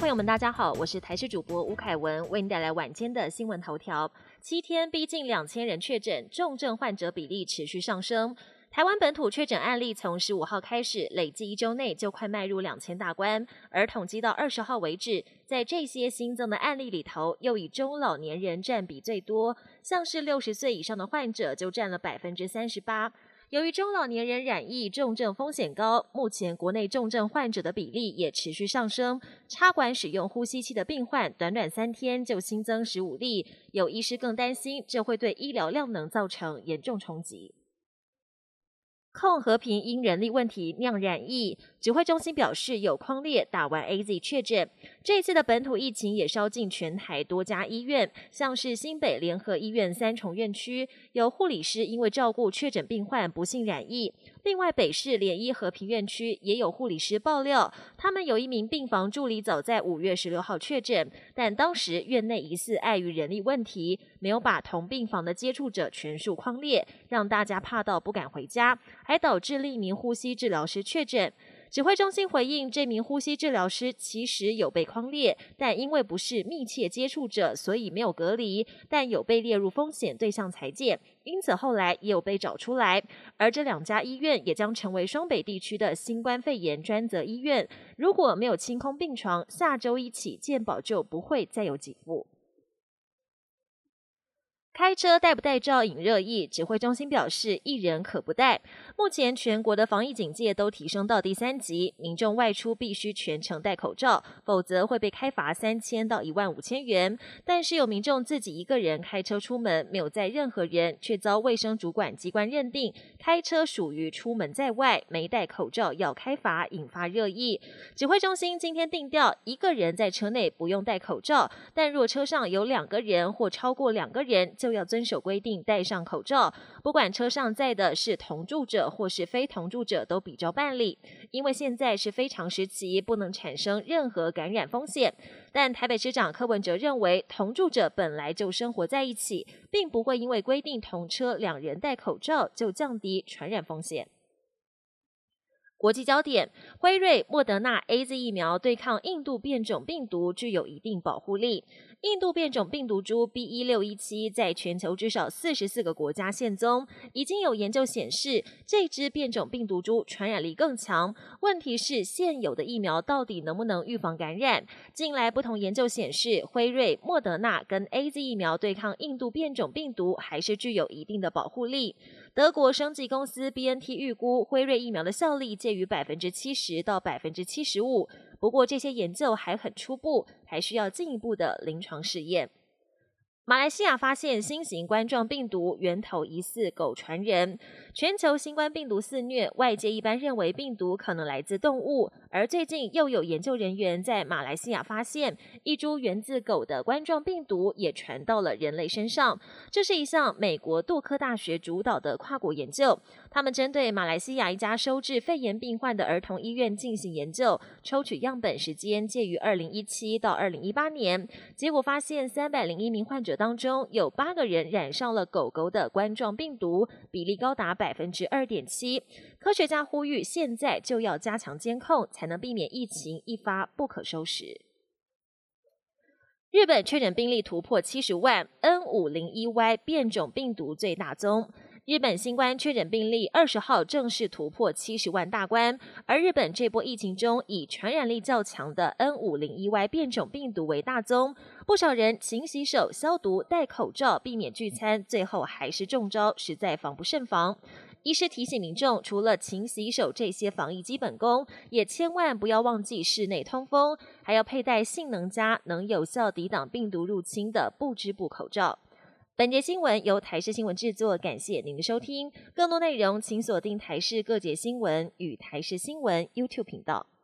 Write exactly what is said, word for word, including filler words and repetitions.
朋友们，大家好，我是台视主播吴凯文，为您带来晚间的新闻头条。七天逼近两千人确诊，重症患者比例持续上升。台湾本土确诊案例从十五号开始，累计一周内就快迈入两千大关。而统计到二十号为止，在这些新增的案例里头，又以中老年人占比最多，像是六十岁以上的患者就占了百分之三十八。由于中老年人染疫重症风险高，目前国内重症患者的比例也持续上升。插管使用呼吸器的病患，短短三天就新增十五例，有医师更担心这会对医疗量能造成严重冲击。控和平因人力问题酿染疫，指挥中心表示有匡列打完 A Z 确诊。这次的本土疫情也烧进全台多家医院，像是新北联合医院三重院区，有护理师因为照顾确诊病患不幸染疫。另外，北市联医和平院区也有护理师爆料，他们有一名病房助理早在五月十六号确诊，但当时院内疑似碍于人力问题，没有把同病房的接触者全数匡列，让大家怕到不敢回家，还导致另一名呼吸治疗师确诊。指挥中心回应，这名呼吸治疗师其实有被匡列，但因为不是密切接触者，所以没有隔离，但有被列入风险对象裁减，因此后来也有被找出来。而这两家医院也将成为双北地区的新冠肺炎专责医院，如果没有清空病床，下周一起健保就不会再有给付。开车带不带罩引热议，指挥中心表示一人可不带。目前全国的防疫警戒都提升到第三级，民众外出必须全程戴口罩，否则会被开罚三千到一万五千元。但是有民众自己一个人开车出门，没有载任何人，却遭卫生主管机关认定开车属于出门在外，没戴口罩要开罚，引发热议。指挥中心今天定调，一个人在车内不用戴口罩，但若车上有两个人或超过两个人，就要遵守规定戴上口罩，不管车上载的是同住者或是非同住者都比照办理。因为现在是非常时期，不能产生任何感染风险。但台北市长柯文哲认为，同住者本来就生活在一起，并不会因为规定同车两人戴口罩就降低传染风险。国际焦点，辉瑞、莫德纳 A Z 疫苗对抗印度变种病毒具有一定保护力。印度变种病毒株 B 一六一七 在全球至少四十四个国家现踪，已经有研究显示，这支变种病毒株传染力更强。问题是，现有的疫苗到底能不能预防感染？近来不同研究显示，辉瑞、莫德纳跟 A Z 疫苗对抗印度变种病毒还是具有一定的保护力。德国生技公司 B N T 预估，辉瑞疫苗的效力介于百分之七十到百分之七十五，不过这些研究还很初步，还需要进一步的临床试验。马来西亚发现新型冠状病毒源头疑似狗传人，全球新冠病毒肆虐，外界一般认为病毒可能来自动物，而最近又有研究人员在马来西亚发现一株源自狗的冠状病毒也传到了人类身上。这是一项美国杜克大学主导的跨国研究，他们针对马来西亚一家收治肺炎病患的儿童医院进行研究，抽取样本时间介于二零一七到二零一八年，结果发现三百零一名患者当中有八个人染上了狗狗的冠状病毒，比例高达百分之二点七。科学家呼吁现在就要加强监控，才能避免疫情一发不可收拾。日本确诊病例突破七十万 ，N 五零一 Y 变种病毒最大宗。日本新冠确诊病例二十号正式突破七十万大关，而日本这波疫情中以传染力较强的 N 五零一 Y 变种病毒为大宗，不少人勤洗手、消毒、戴口罩，避免聚餐，最后还是中招，实在防不胜防。医师提醒民众，除了勤洗手这些防疫基本功，也千万不要忘记室内通风，还要佩戴性能佳、能有效抵挡病毒入侵的布织布口罩。本节新闻由台视新闻制作，感谢您的收听。更多内容请锁定台视各节新闻与台视新闻 YouTube 频道。